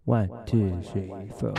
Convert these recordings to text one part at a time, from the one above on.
One, two, three,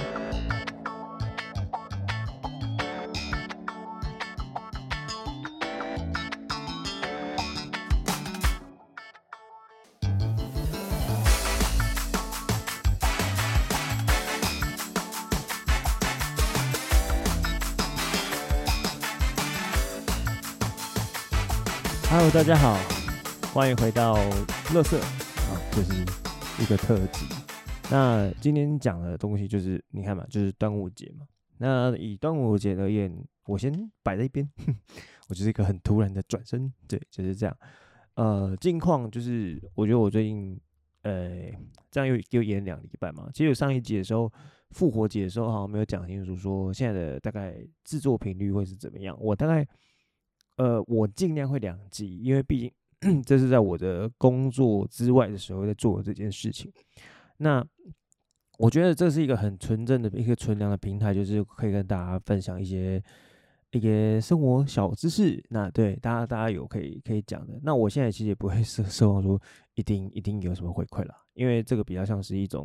four。Hello， 大家好，欢迎回到垃圾啊，就是一个特辑。那今天讲的东西就是你看嘛，就是端午节嘛。那以端午节而言，我先摆在一边，我就是一个很突然的转身，对，就是这样。近况就是，我觉得我最近这样又演2礼拜嘛。其实上一集的时候，复活节的时候好像没有讲清楚，说现在的大概制作频率会是怎么样。我大概我尽量会2季，因为毕竟这是在我的工作之外的时候在做的这件事情。那我觉得这是一个很纯正的一个纯良的平台，就是可以跟大家分享一些生活小知识。那对大家有可以讲的。那我现在其实也不会奢望说一定有什么回馈啦，因为这个比较像是一种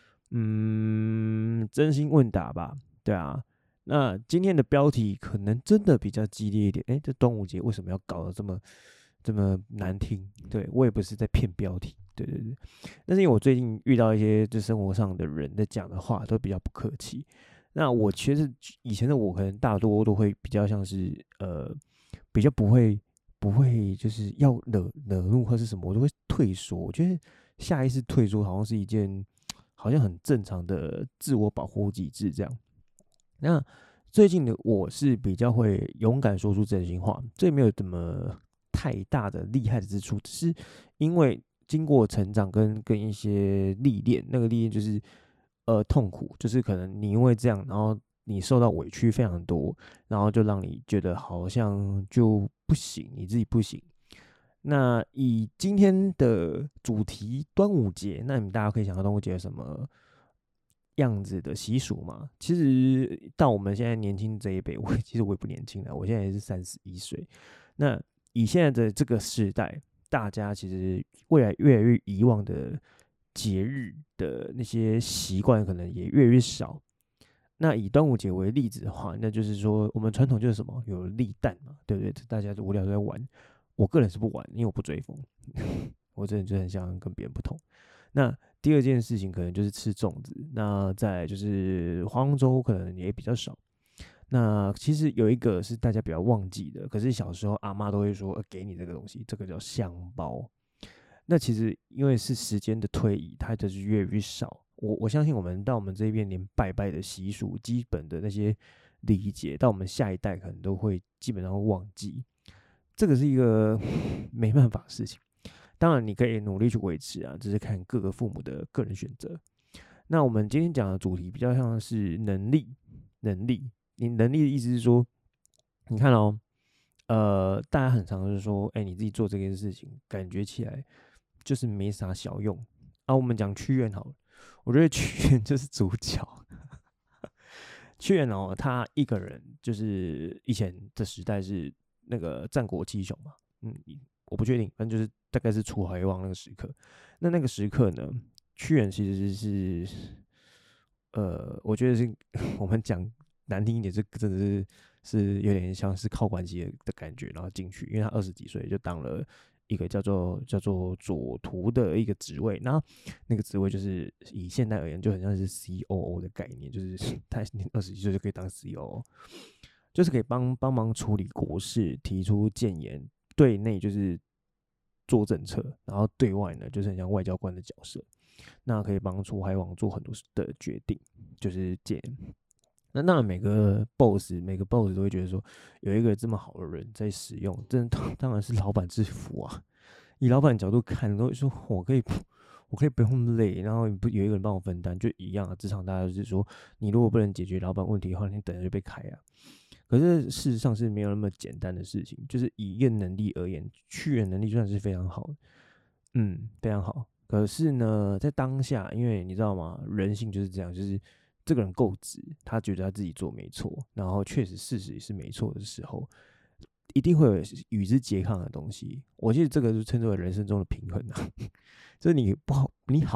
真心问答吧，对啊。那今天的标题可能真的比较激烈一点，这端午节为什么要搞得这么难听？对，我也不是在骗标题，对。但是因为我最近遇到一些就生活上的人在讲的话都比较不客气。那我其实以前的我可能大多都会比较像是比较不会就是要惹怒或是什么，我都会退缩。我觉得下意识退缩好像是一件好像很正常的自我保护机制这样。那最近的我是比较会勇敢说出真心话，这没有怎么太大的厉害的之处，只是因为经过成长跟一些历练，那个历练就是痛苦，就是可能你因为这样，然后你受到委屈非常多，然后就让你觉得好像就不行，你自己不行。那以今天的主题端午节，那你们大家可以想到端午节有什么样子的习俗嘛？其实到我们现在年轻这一辈，其实我也不年轻了，我现在也是31岁。那以现在的这个时代，大家其实未来越来越遗忘的节日的那些习惯，可能也越来越少。那以端午节为例子的话，那就是说我们传统就是什么有立蛋嘛，对不对？大家就无聊都在玩。我个人是不玩，因为我不追风，我真的就很想跟别人不同。那第二件事情可能就是吃粽子，那再来就是黄粥可能也比较少。那其实有一个是大家比较忘记的，可是小时候阿嬷都会说，给你这个东西，这个叫香包。那其实因为是时间的推移，它就是越来越少。我相信我们到我们这边连拜拜的习俗、基本的那些礼节，到我们下一代可能都会基本上会忘记。这个是一个没办法的事情。当然，你可以努力去维持啊，只是看各个父母的个人选择。那我们今天讲的主题比较像是能力。你能力的意思是说，你看哦，大家很常就是说，你自己做这件事情，感觉起来就是没啥小用啊。我们讲屈原好了，我觉得屈原就是主角。屈原哦，他一个人就是以前的时代是那个战国七雄嘛，我不确定，反正就是大概是楚怀王那个时刻。那个时刻呢，屈原其实是我觉得是我们讲难听一点，这真的是有点像是靠关系的感觉，然后进去，因为他20几岁就当了一个叫做左徒的一个职位，然后那个职位就是以现代而言就很像是 COO 的概念，就是他20几岁就可以当 COO， 就是可以帮忙处理国事，提出谏言，对内就是做政策，然后对外呢就是很像外交官的角色，那可以帮楚怀王做很多的决定，就是谏言。那当然每个 boss 都会觉得说，有一个这么好的人在使用，当然是老板之福啊。以老板角度看，都会说我可以不用累，然后有一个人帮我分担，就一样啊。职场大家就是说，你如果不能解决老板问题的话，你等着就被开啊。可是事实上是没有那么简单的事情，就是以一个能力而言，屈原能力就算是非常好的，非常好。可是呢，在当下，因为你知道吗，人性就是这样，就是这个人够直，他觉得他自己做没错，然后确实事实也是没错的时候，一定会有与之拮抗的东西。我记得这个就称之为人生中的平衡啊，就是你不好，你好，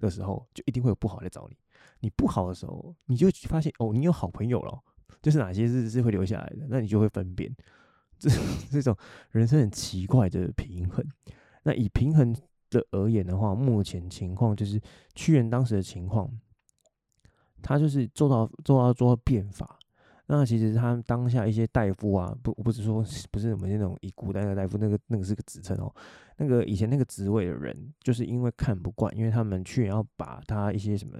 的时候，就一定会有不好来找你。你不好的时候，你就发现哦，你有好朋友了，就是哪些是会留下来的，那你就会分辨。这种人生很奇怪的平衡。那以平衡的而言的话，目前情况就是屈原当时的情况，他就是做到变法。那其实他当下一些大夫啊，我不是说不是我们那种以古代的大夫，那个是个职称哦。那个以前那个职位的人，就是因为看不惯，因为他们屈原要把他一些什么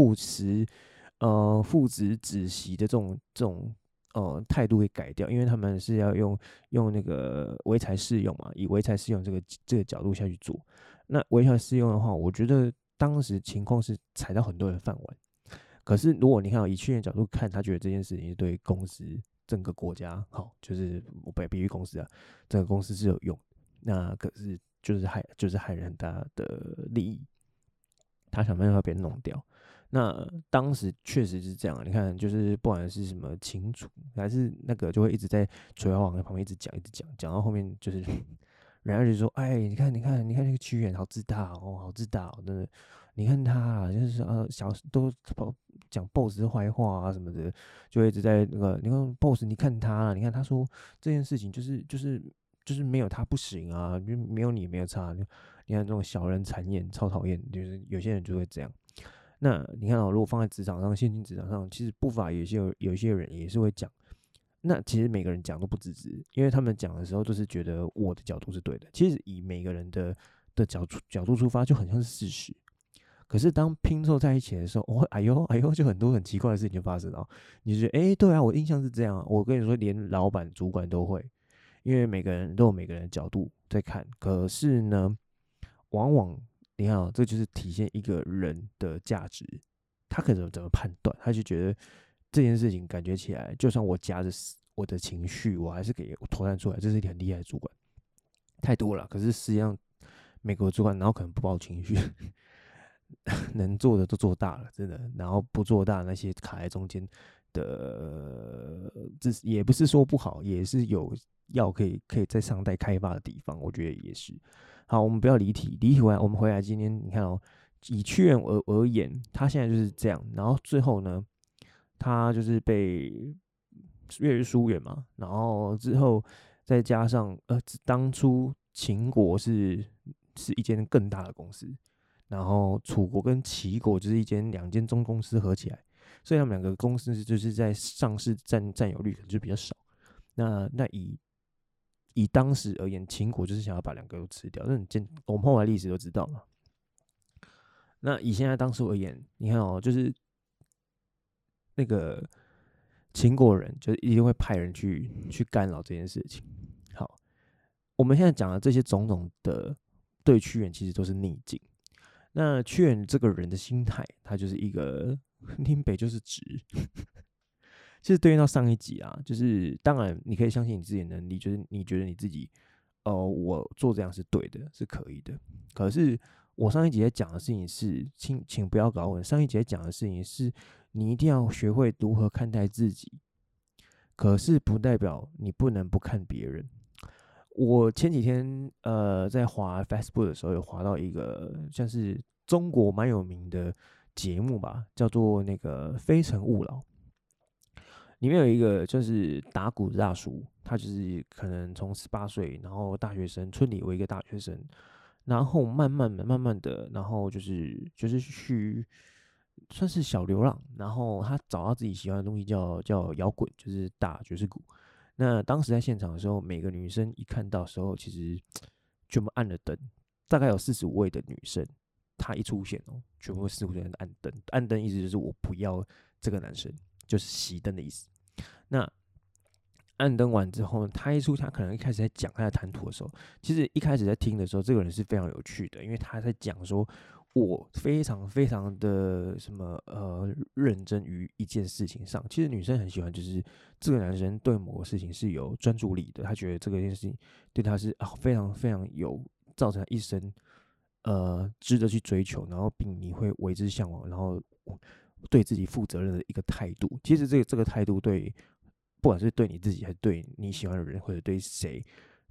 父职子息的这种态度给改掉，因为他们是要用那个唯才适用嘛，以唯才适用这个角度下去做。那唯才适用的话，我觉得当时情况是踩到很多人饭碗。可是如果你看以去年角度看，他觉得这件事情是对公司整个国家好，就是我比喻公司啊，整个公司是有用。那可是就是害人很大的利益，他想办法把别人弄掉。那当时确实是这样，你看，就是不管是什么秦楚，还是那个就会一直在楚怀王在旁边一直讲到后面就是人家就说，哎，你看那个屈原好自大哦，好自大哦，真的，你看他啊，就是都讲 boss 的坏话啊什么的，就会一直在那个，你看 boss，你看他啊，你看他说这件事情就是没有他不行啊，就没有你没有差，你看这种小人谗言超讨厌，就是有些人就会这样。那你看哦，如果放在职场上，现今职场上，其实不乏有一些人也是会讲。那其实每个人讲都不自知，因为他们讲的时候都是觉得我的角度是对的。其实以每个人的角度出发，就很像是事实。可是当拼凑在一起的时候，哎呦哎呦，就很多很奇怪的事情就发生了。你就觉得，对啊，我印象是这样啊。我跟你说，连老板、主管都会，因为每个人都有每个人的角度在看。可是呢，往往你看这就是体现一个人的价值，他可能怎么判断，他就觉得这件事情感觉起来，就算我夹着我的情绪，我还是给我投弹出来，这是一个很厉害的主管，太多了。可是实际上，美国主管然后可能不抱情绪，能做的都做大了，真的，然后不做大那些卡在中间的，这也不是说不好，也是有要可以在上代开发的地方，我觉得也是。好，我们不要离题，离题完，我们回来今天你看哦，以屈原而言，他现在就是这样，然后最后呢，他就是被越来越疏远嘛，然后之后再加上当初秦国是一间更大的公司，然后楚国跟齐国就是两间中公司合起来，所以他们两个公司就是在上市占有率可能就比较少。那以当时而言，秦国就是想要把两个都吃掉，我们后来历史都知道嘛。那以现在当时而言，你看哦，就是那个秦国人就一定会派人去干扰这件事情。好，我们现在讲的这些种种的对屈原其实都是逆境。那屈原这个人的心态，他就是一个林北就是直。其实对应到上一集啊，就是当然你可以相信你自己的能力，就是你觉得你自己，我做这样是对的，是可以的。可是我上一集在讲的事情是，请不要搞混。上一集在讲的事情是，你一定要学会如何看待自己，可是不代表你不能不看别人。我前几天在滑 Facebook 的时候，有滑到一个像是中国蛮有名的节目吧，叫做那个《非诚勿扰》。里面有一个就是打鼓的大叔，他就是可能从18岁，然后大学生，村里有一个大学生，然后慢慢的，然后就是去算是小流浪，然后他找到自己喜欢的东西叫摇滚，就是打爵士鼓。那当时在现场的时候，每个女生一看到的时候，其实全部按了灯，大概有45位的女生，她一出现哦，全部45位的按灯，按灯意思就是我不要这个男生，就是熄灯的意思。那按灯完之后，他可能一开始在讲他的谈吐的时候，其实一开始在听的时候，这个人是非常有趣的，因为他在讲说，我非常非常的认真于一件事情上。其实女生很喜欢，就是这个男生对某个事情是有专注力的，他觉得这件事情对他是非常非常有造成一生值得去追求，然后并你会为之向往，然后对自己负责任的一个态度。其实这个态度对，不管是对你自己，还是对你喜欢的人，或者对谁，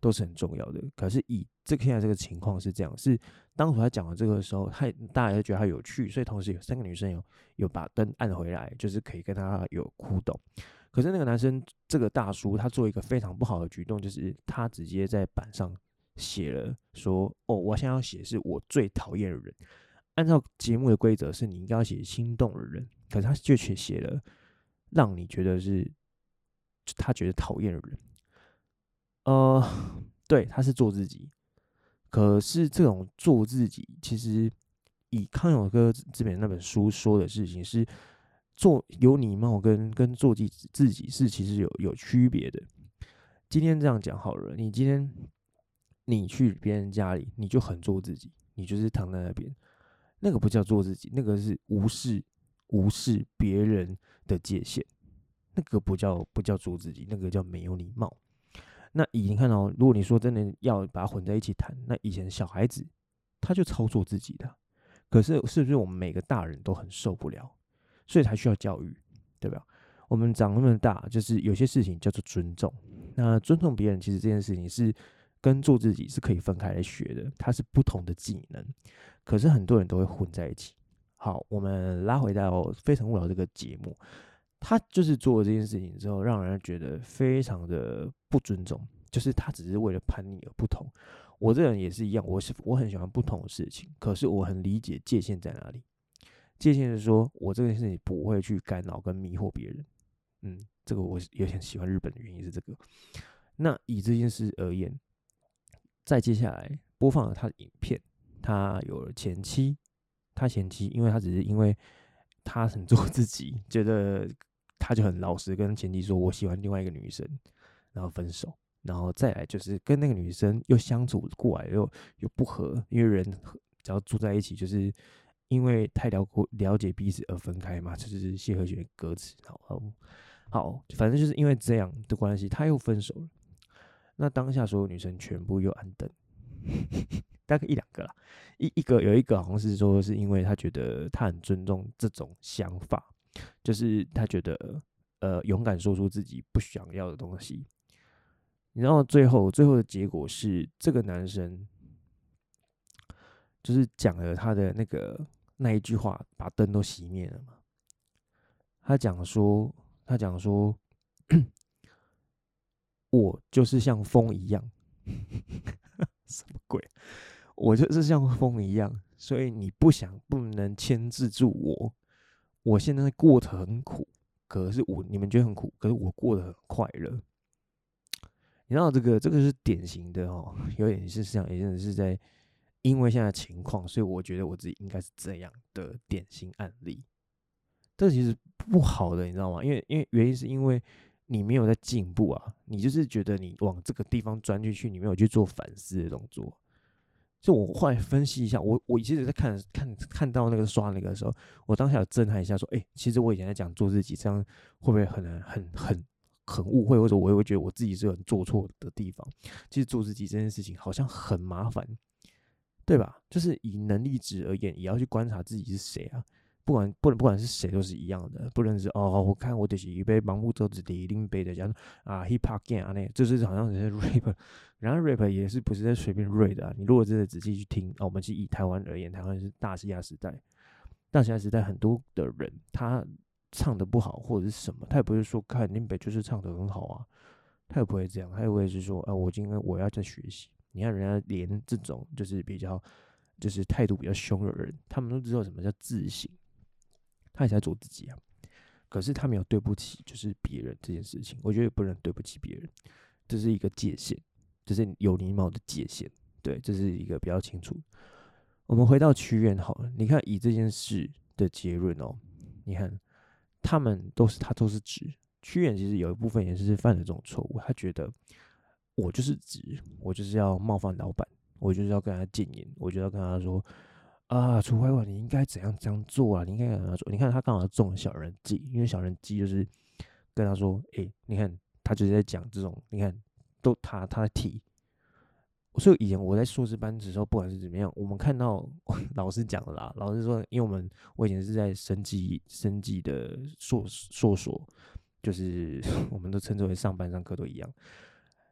都是很重要的。可是以现在这个情况是这样，是当初他讲的这个的时候，大家就觉得他有趣，所以同时有3个女生有把灯按回来，就是可以跟他有互动。可是那个男生这个大叔，他做一个非常不好的举动，就是他直接在板上写了说：“哦，我现在要写是我最讨厌的人。”按照节目的规则是你应该要写心动的人，可是他却写了让你觉得是他觉得讨厌的人。对，他是做自己，可是这种做自己，其实以康永哥这边那本书说的事情是做有礼貌跟做自己是其实有区别的。今天这样讲好了，今天你去别人家里，你就很做自己，你就是躺在那边，那个不叫做自己，那个是无视别人的界限，那个不叫做自己，那个叫没有礼貌。那你看哦，如果你说真的要把它混在一起谈，那以前小孩子他就操作自己的，可是是不是我们每个大人都很受不了，所以才需要教育，对吧？我们长那么大，就是有些事情叫做尊重。那尊重别人，其实这件事情是跟做自己是可以分开来学的，它是不同的技能。可是很多人都会混在一起。好，我们拉回到《非诚勿扰》这个节目，他就是做了这件事情之后，让人觉得非常的不尊重，就是他只是为了叛逆而不同。我这人也是一样，我很喜欢不同的事情，可是我很理解界限在哪里。界限是说我这件事情不会去干扰跟迷惑别人。这个我有点喜欢日本的原因是这个。那以这件事而言，再接下来播放了他的影片，他有了前妻，因为他只是因为他很做自己，觉得他就很老实跟前妻说我喜欢另外一个女生，然后分手。然后再来就是跟那个女生又相处过来又不合，因为人只要住在一起，就是因为太了解彼此而分开嘛，就是谢和弦歌词。好，反正就是因为这样的关系，他又分手了。那当下所有女生全部又按灯，大概1、2个啦，有一个好像是说是因为他觉得他很尊重这种想法，就是他觉得勇敢说出自己不想要的东西。你知道最后的结果是这个男生就是讲了他的那一句话，把灯都熄灭了嘛。他讲说我就是像风一样，什么鬼？我就是像风一样，所以你不能牵制住我。我现在过得很苦，可是你们觉得很苦，可是我过得很快乐。你知道这个是典型的哦，有点是这样，也真的是在因为现在的情况，所以我觉得我自己应该是这样的典型案例。这其实不好的，你知道吗？因为原因是因为你没有在进步啊，你就是觉得你往这个地方钻进去，你没有去做反思的动作。就我后来分析一下，我其实在看到那个刷那个的时候，我当下有震撼一下，说，其实我以前在讲做自己，这样会不会很误会，或者我也会觉得我自己是很做错的地方？其实做自己这件事情好像很麻烦，对吧？就是以能力值而言，也要去观察自己是谁啊。不管是谁都是一样的，不能是我看我就是一杯盲目走子的另杯的，讲啊 hip hop game 啊就是好像是 rap， 然后 rap 也是不是在随便 rap 的啊。你如果真的仔细去听，我们是以台湾而言，台湾是大西亚时代很多的人他唱的不好或者是什么，他也不会说看林北就是唱的很好啊，他也不会这样，他也会是说我今天我要在学习。你看人家连这种就是比较就是态度比较凶的人，他们都知道什么叫自省。他也在做自己啊，可是他没有对不起就是别人这件事情，我觉得也不能对不起别人，这是一个界限，这是有礼貌的界限，对，这是一个比较清楚。我们回到屈原好了，你看以这件事的结论哦，你看他都是直，屈原其实有一部分也是犯了这种错误，他觉得我就是直，我就是要冒犯老板，我就是要跟他谏言，我就要跟他说。楚怀婉，你应该怎样做啊？你应该怎样做？你看他刚好中了小人计，因为小人计就是跟他说，你看他就是在讲这种，你看都他在提。所以以前我在硕士班的时候，不管是怎么样，我们看到老师讲的啦，老师说，因为我以前是在生技的硕所，就是我们都称之为上班上课都一样。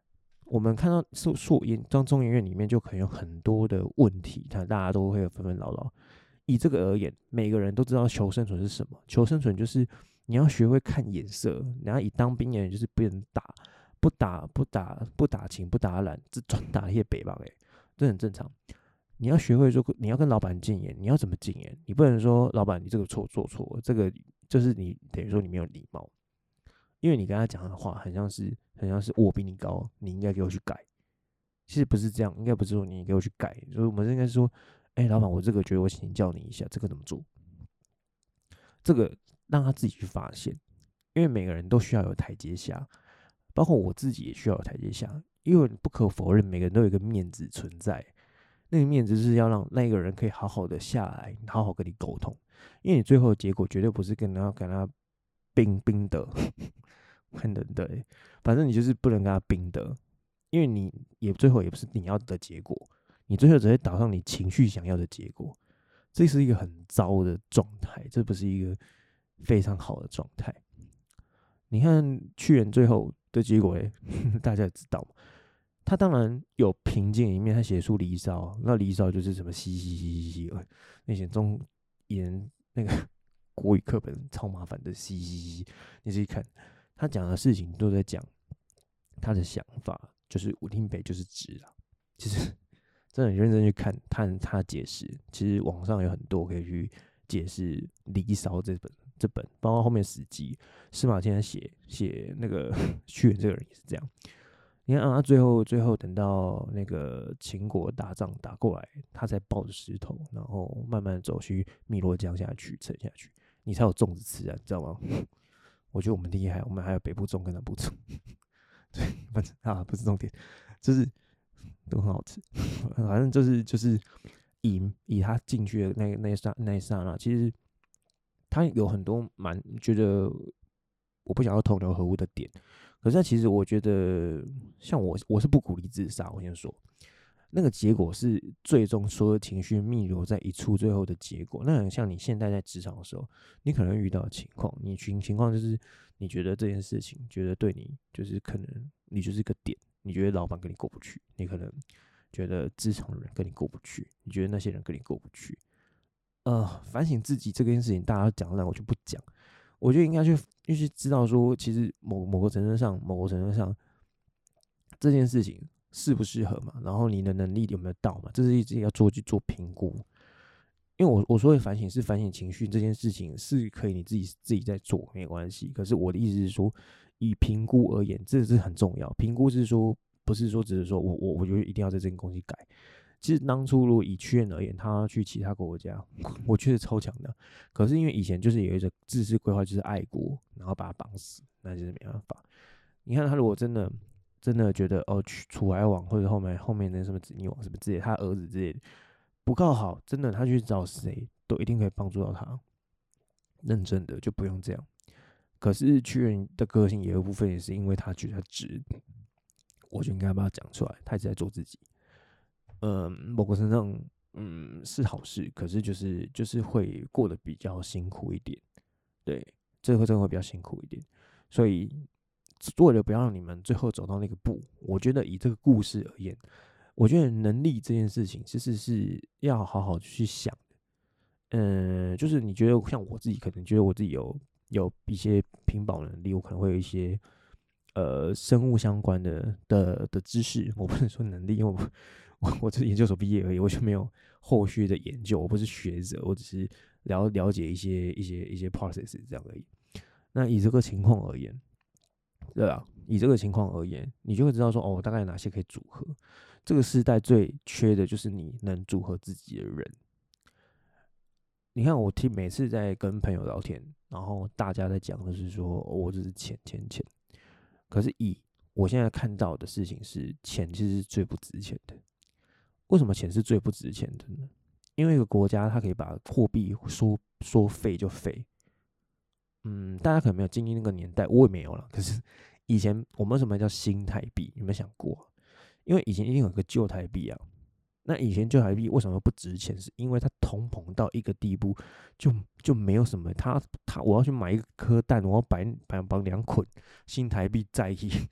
我们看到中研院里面就可能有很多的问题，大家都会纷纷唠唠。以这个而言，每个人都知道求生存是什么，求生存就是你要学会看眼色，然后以当兵的人就是不能打，不打情不打懒，这专打一些北方这很正常。你要学会说，你要跟老板进言，你要怎么进言？你不能说老板你这个做错，这个就是你等于说你没有礼貌，因为你跟他讲的话很像是我比你高，你应该给我去改。其实不是这样，应该不是说你给我去改，所以我们应该是说，老板，我这个觉得我请教你一下，这个怎么做？这个让他自己去发现，因为每个人都需要有台阶下，包括我自己也需要有台阶下，因为不可否认，每个人都有一个面子存在，那个面子就是要让那个人可以好好的下来，好好跟你沟通，因为你最后的结果绝对不是跟他冰的，很冷的，反正你就是不能跟他冰的，因为你也最后也不是你要的结果，你最后只会导上你情绪想要的结果，这是一个很糟的状态，这不是一个非常好的状态。你看去年最后的结果大家也知道嘛，他当然有平静一面，他写出离骚，那离骚就是什么嘻，那些中言那个国语课本超麻烦的嘻，你自己看，他讲的事情都在讲他的想法，就是吴廷北就是直啊，其实真的很认真去看他解释，其实网上有很多可以去解释《离骚》这本，包括后面史记，司马迁写那个屈原这个人也是这样。你看他最后等到那个秦国打仗打过来，他才抱着石头，然后慢慢走去汨罗江下去沉下去，你才有粽子吃啊，你知道吗？我觉得我们厉害，我们还有北部粽跟南部粽，对，反正不是重点，就是都很好吃，反正就是以他进去的那一刹那，其实他有很多蛮觉得我不想要同流合污的点，可是其实我觉得像我是不鼓励自杀，我先说。那个结果是最终所有情绪密流在一处，最后的结果。那很像你现在在职场的时候，你可能遇到的情况，情况就是你觉得这件事情，觉得对你就是可能你就是个点，你觉得老板跟你过不去，你可能觉得职场的人跟你过不去，你觉得那些人跟你过不去。反省自己这件事情，大家讲烂我就不讲。我觉得应该去知道说，其实某个程度上，这件事情适不适合嘛，然后你的能力有没有到嘛，这是一直要去做评估。因为我说的反省是反省情绪这件事情是可以你自己在做没关系，可是我的意思是说，以评估而言，这是很重要。评估是说不是说只是说我觉得一定要在这间公司改。其实当初如果以屈原而言，他去其他国家，我觉得超强的。可是因为以前就是有一个自私规划，就是爱国，然后把他绑死，那就是没办法。你看他如果真的觉得楚怀王或者后面的什么子逆王什么之类的，他儿子之类的不够好，真的他去找谁都一定可以帮助到他。认真的就不用这样。可是屈原的个性也有一部分也是因为他觉得他直，我就应该把他讲出来，他一直在做自己。某个程度上，是好事，可是就是会过得比较辛苦一点，对，这个真的会比较辛苦一点，所以为了不要让你们最后走到那个步，我觉得以这个故事而言，我觉得能力这件事情其实是要好好去想的，就是你觉得像我自己可能觉得我自己有一些屏保能力，我可能会有一些生物相关的知识，我不能说能力，因为我是研究所毕业而已，我就没有后续的研究，我不是学者，我只是了解一些 process 这样而已。那以这个情况而言，对啊，以这个情况而言，你就会知道说，大概哪些可以组合。这个时代最缺的就是你能组合自己的人。你看，我每次在跟朋友聊天，然后大家在讲的是说，我只是钱。可是我现在看到的事情是，钱其实是最不值钱的。为什么钱是最不值钱的呢？因为一个国家它可以把货币说废就废。大家可能没有经历那个年代，我也没有了。可是以前我们什么叫新台币？有没有想过？因为以前一定有个旧台币啊。那以前旧台币为什么不值钱？是因为它通膨到一个地步，就没有什么。我要去买一颗蛋，我要绑2捆新台币在一起，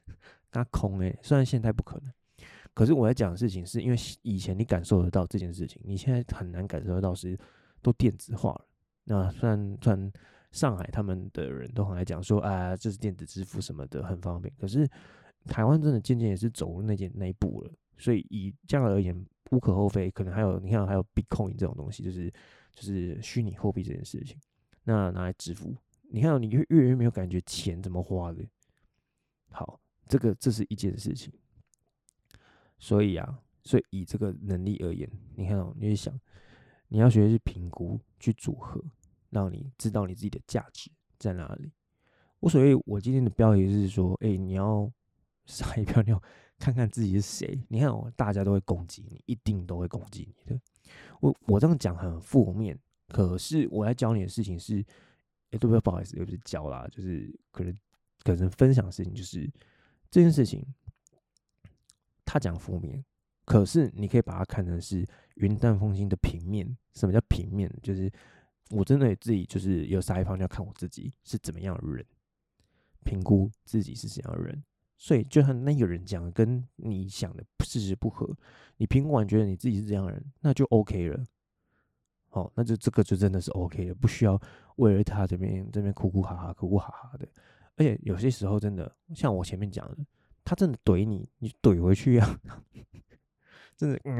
跟他空虽然现在不可能，可是我在讲的事情是因为以前你感受得到这件事情，你现在很难感受得到，是都电子化了。那虽然上海他们的人都很爱讲说啊，这是电子支付什么的很方便，可是台湾真的渐渐也是走入那一步了。所以以这样而言，无可厚非。可能还有你看还有 Bitcoin 这种东西，就是虚拟货币这件事情，那拿来支付，你看你越来越没有感觉钱怎么花的。好，这是一件事情。所以以这个能力而言，你看你去想，你要学会去评估、去组合，让你知道你自己的价值在哪里。所以我今天的标题是说，你要撒一票尿，看看自己是谁。你看大家都会攻击你，一定都会攻击你的。我这样讲很负面，可是我在教你的事情是，对不对？不好意思，又不是教啦，就是可能分享的事情，就是这件事情，他讲负面，可是你可以把它看成是云淡风轻的平面。什么叫平面？就是我真的自己就是有撒一泡尿，看我自己是怎么样的人，评估自己是怎样的人。所以就算那个人讲的跟你想的事实不合，你评估完觉得你自己是这样的人，那就 OK 了。好，那就这个就真的是 OK 了，不需要为了他这边哭哭哈哈的。而且有些时候真的像我前面讲的，他真的怼你，你怼回去啊，真的，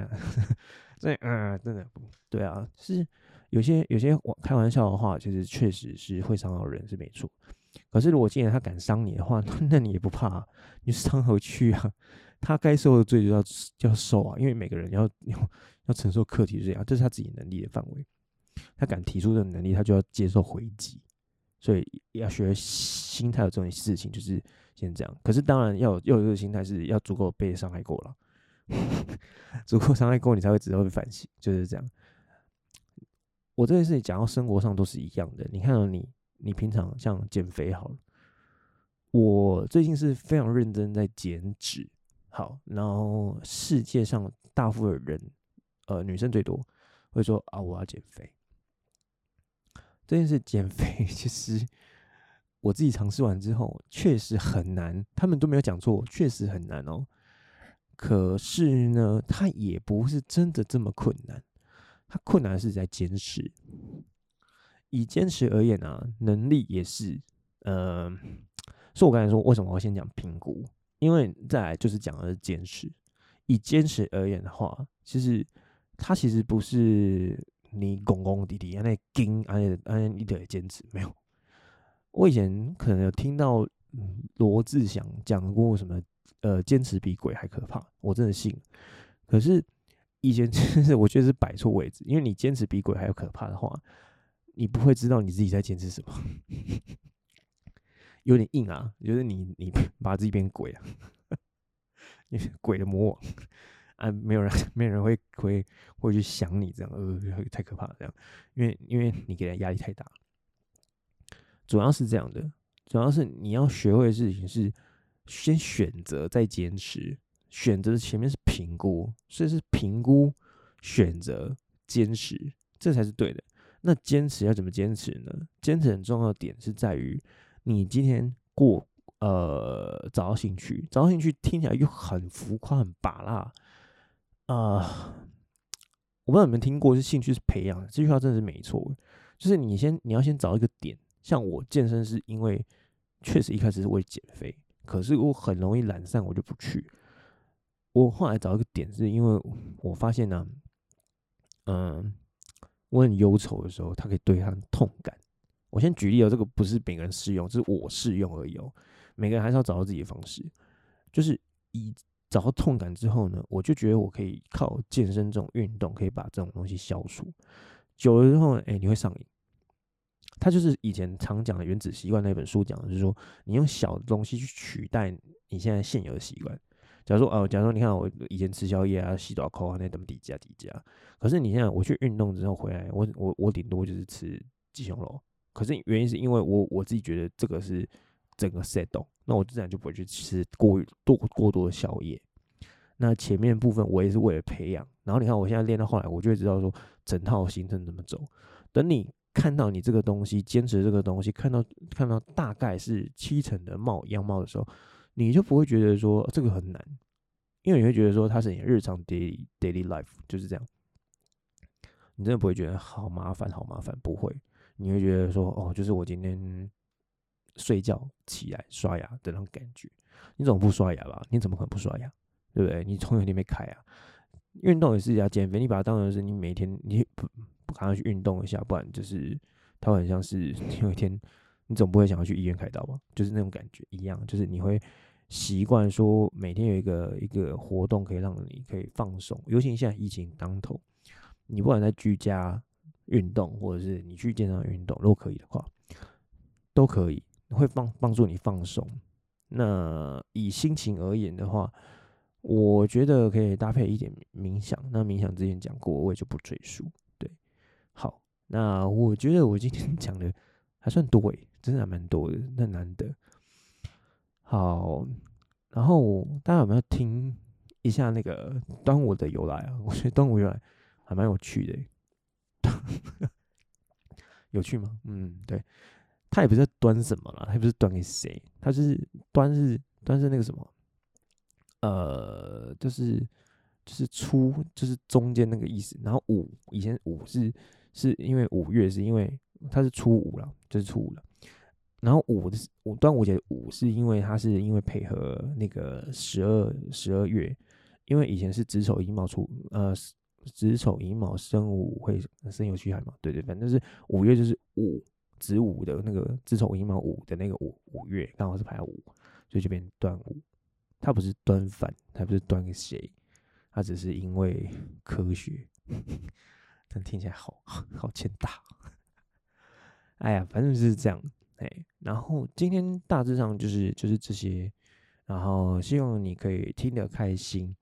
真的对啊，是有些开玩笑的话，其实确实是会伤到人，是没错。可是如果既然他敢伤你的话，那你也不怕，你就伤回去啊。他该受的罪就要受啊，因为每个人要承受课题是这样，这是他自己能力的范围。他敢提出这种能力，他就要接受回击。所以要学心态有这种事情，就是先这样。可是当然要有这个心态，是要足够被伤害过了，足够伤害过你才会知道会反省，就是这样。我这件事情讲到生活上都是一样的。你看到你平常像减肥好了，我最近是非常认真在减脂。好，然后世界上大部分人，女生最多会说啊，我要减肥。这件事减肥，其实我自己尝试完之后，确实很难。他们都没有讲错，确实很难哦。可是呢，它也不是真的这么困难。它困难是在坚持。以坚持而言啊，能力也是，所以我刚才说为什么我要先讲评估，因为再来就是讲的是坚持。以坚持而言的话，它其实不是你公公弟弟那盯你得坚持，没有。我以前可能有听到罗志祥讲过什么，坚持比鬼还可怕，我真的信。可是以前真是我觉得是摆错位置，因为你坚持比鬼还要可怕的话，你不会知道你自己在坚持什么，有点硬啊，就是你把自己变鬼啊，鬼的魔王啊，没有人会去想你这样，太可怕了这样，因为你给他压力太大，主要是这样的，主要是你要学会的事情是先选择再坚持，选择前面是评估，所以是评估、选择、坚持，这才是对的。那坚持要怎么坚持呢？坚持很重要的点是在于你今天找到兴趣，听起来又很浮夸、很拔辣我不知道你们听过，是兴趣是培养的，这句话真的是没错。就是你要先找一个点，像我健身是因为确实一开始是为减肥，可是我很容易懒散，我就不去。我后来找一个点，是因为我发现呢、我很忧愁的时候，它可以对抗痛感。我先举例这个不是每个人适用，这是我适用而已哦。每个人还是要找到自己的方式，就是找到痛感之后呢，我就觉得我可以靠健身这种运动，可以把这种东西消除。久了之后呢，你会上瘾。它就是以前常讲的《原子习惯》那本书讲的，就是说你用小的东西去取代你现在现有的习惯。假如说你看我以前吃宵夜啊、洗短扣啊那怎么底价，可是你现在我去运动之后回来，我顶多就是吃鸡胸肉。可是原因是因为我自己觉得这个是整个 set 动，那我自然就不会去吃过多的宵夜。那前面部分我也是为了培养，然后你看我现在练到后来，我就会知道说整套行程怎么走。等你看到你这个东西，坚持这个东西，看到大概是70%的样貌的时候， 你就不会觉得说这个很难，因为你会觉得说它是你的日常 daily life 就是这样，你真的不会觉得好麻烦好麻烦，不会，你会觉得说哦，就是我今天睡觉起来刷牙的那种感觉。你怎么不刷牙吧？你怎么可能不刷牙？对不对？你从有点没开啊。运动也是啊，减肥你把它当成是你每天你不赶快去运动一下，不然就是它会很像是有一天你总不会想要去医院开刀吧？就是那种感觉一样，就是你会习惯说每天有一个活动可以让你可以放松，尤其现在疫情当头，你不管在居家运动或者是你去健身房运动，如果可以的话，都可以会帮助你放松。那以心情而言的话，我觉得可以搭配一点冥想。那冥想之前讲过，我也就不赘述。对，好，那我觉得我今天讲的还算多诶，真的还蛮多的，那难得。好，然后大家有没有听一下那个端午的由来啊？我觉得端午由来还蛮有趣的欸，有趣吗？对，他也不是在端什么啦，他也不是端给谁，他就是端是那个什么，就是就是中间那个意思。然后以前五是因为5月是因为它是初五了，就是初五了。然后端午节的五是因为它是因为配合那个十二月，因为以前是子丑寅卯子丑寅卯申午会申酉戌亥嘛，对对，反正是5月就是子午的那个子丑寅卯午的那个五月刚好是排到五，所以就变端午。它不是端饭，它不是端给谁，它只是因为科学，但听起来好欠打。哎呀，反正就是这样。哎，然后今天大致上就是这些，然后希望你可以听得开心。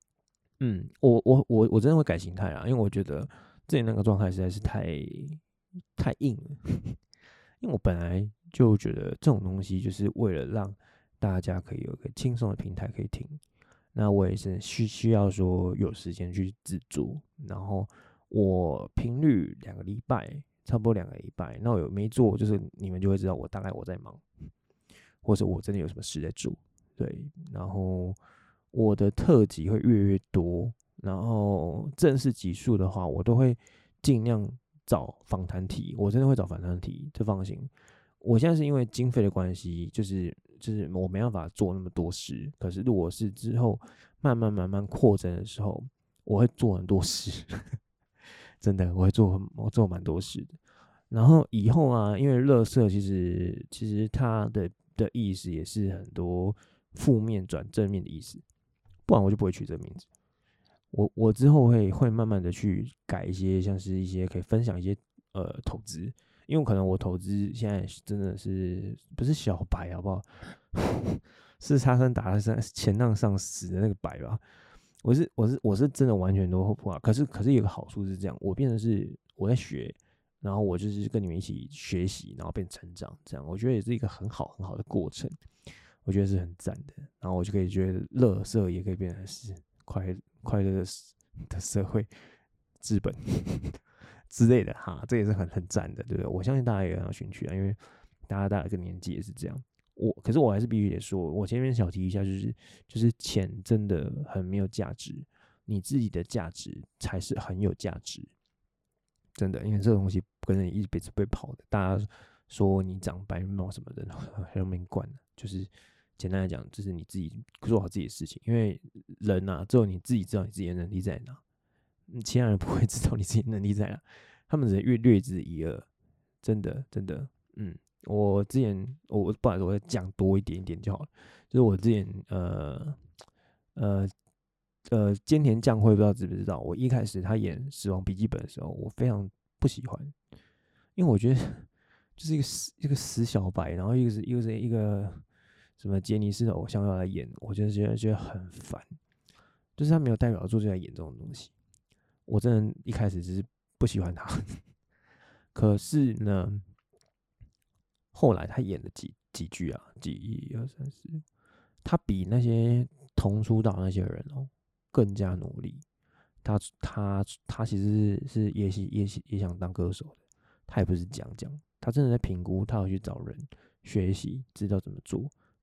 我真的会改形态啦，因为我觉得自己那个状态实在是太硬了。因为我本来就觉得这种东西就是为了让大家可以有一个轻松的平台可以听，那我也是需要说有时间去制作，然后我频率2个礼拜，差不多2个礼拜，那我有没做，就是你们就会知道大概我在忙，或者我真的有什么事在做，对，然后我的特辑会越来越多，然后正式集数的话，我都会尽量找访谈题，我真的会找访谈题，这放心。我现在是因为经费的关系，就是我没办法做那么多事。可是如果是之后慢慢扩增的时候，我会做很多事，真的我做蛮多事的。然后以后啊，因为垃圾其实它的意思也是很多负面转正面的意思，不然我就不会取这个名字。我之后会慢慢的去改一些，像是一些可以分享一些投资，因为可能我投资现在真的是不是小白好不好？是擦身打在前浪上死的那个白吧？我是真的完全都不好，可是有个好处是这样，我变成是我在学，然后我就是跟你们一起学习，然后变成长，这样我觉得也是一个很好的过程，我觉得是很赞的。然后我就可以觉得乐色也可以变成是快乐的社会资本之类的哈，这也是很赞的，对不对？我相信大家也很有兴趣啊，因为大家这个年纪也是这样。可是我还是必须得说，我前面小提一下，就是钱真的很没有价值，你自己的价值才是很有价值，真的，因为这个东西不可能一辈子被跑的。大家说你长白毛什么的，很没惯的，就是简单来讲，就是你自己做好自己的事情，因为人啊，只有你自己知道你自己的能力在哪，其他人不会知道你自己能力在哪，他们只能略知一二，真的。我之前不好意思，我再讲多一点点就好了。就是我之前呃菅田将晖不知道知不知道？我一开始他演《死亡笔记本》的时候，我非常不喜欢，因为我觉得就是一个死小白，然后一个一个什么杰尼斯的偶像要来演，我就觉得很烦，就是他没有代表作就在演这种东西。我真的一开始只是不喜欢他，可是呢，后来他演了几剧啊，一二三四，他比那些同出道那些人更加努力。他其实是也想当歌手的，他也不是讲，他真的在评估，他要去找人学习，知道怎么做，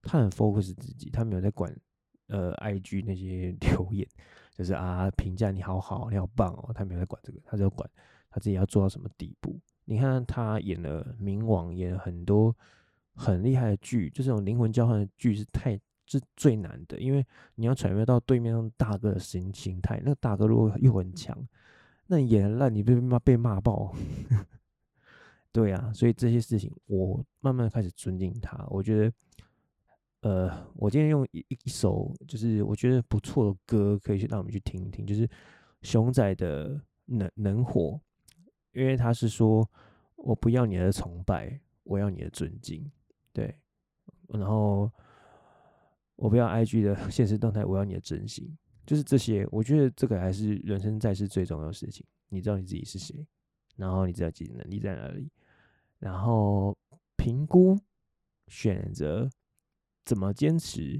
他很 focus 自己，他没有在管IG 那些留言，就是评价你好好，你好棒哦，他没有在管这个，他只有管他自己要做到什么地步。你看他演了冥王，演了很多很厉害的剧，就这种灵魂交换的剧是最难的，因为你要揣摩到对面大哥的心态，那个大哥如果又很强，那你演得烂，你被骂爆。对啊，所以这些事情我慢慢开始尊敬他。我觉得，我今天用一首就是我觉得不错的歌，可以让我们去听一听，就是熊仔的能火，因为他是说我不要你的崇拜，我要你的尊敬，对，然后我不要 IG 的现实动态，我要你的真心，就是这些。我觉得这个还是人生在世最重要的事情。你知道你自己是谁，然后你知道自己的能力在哪里，然后评估、选择怎么坚持，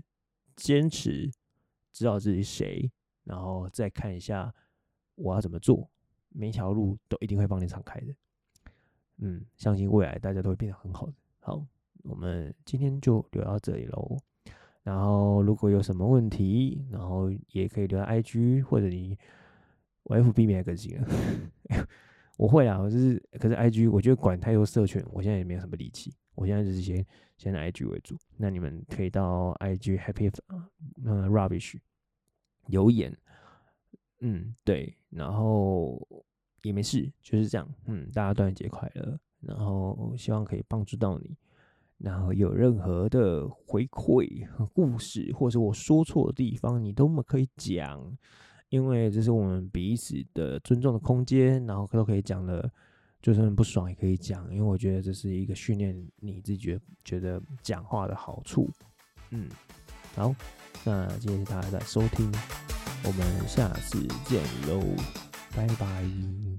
知道自己是谁，然后再看一下我要怎么做，每一条路都一定会帮你敞开的。相信未来大家都会变得很好的。好，我们今天就聊到这里喽。然后如果有什么问题，然后也可以留在 IG 或者我 FB 没更新了，我会啊，可是 IG 我觉得管太多社群，我现在也没有什么力气，我现在就是先IG 为主。那你们可以到 IG Happy Rubbish 留言，对，然后也没事，就是这样，大家端午节快乐，然后希望可以帮助到你。然后有任何的回馈和故事，或者是我说错的地方，你都可以讲，因为这是我们彼此的尊重的空间，然后都可以讲的，就算不爽也可以讲，因为我觉得这是一个训练你自己觉得讲话的好处。好，那今天大家在收听，我们下次见喽，拜拜。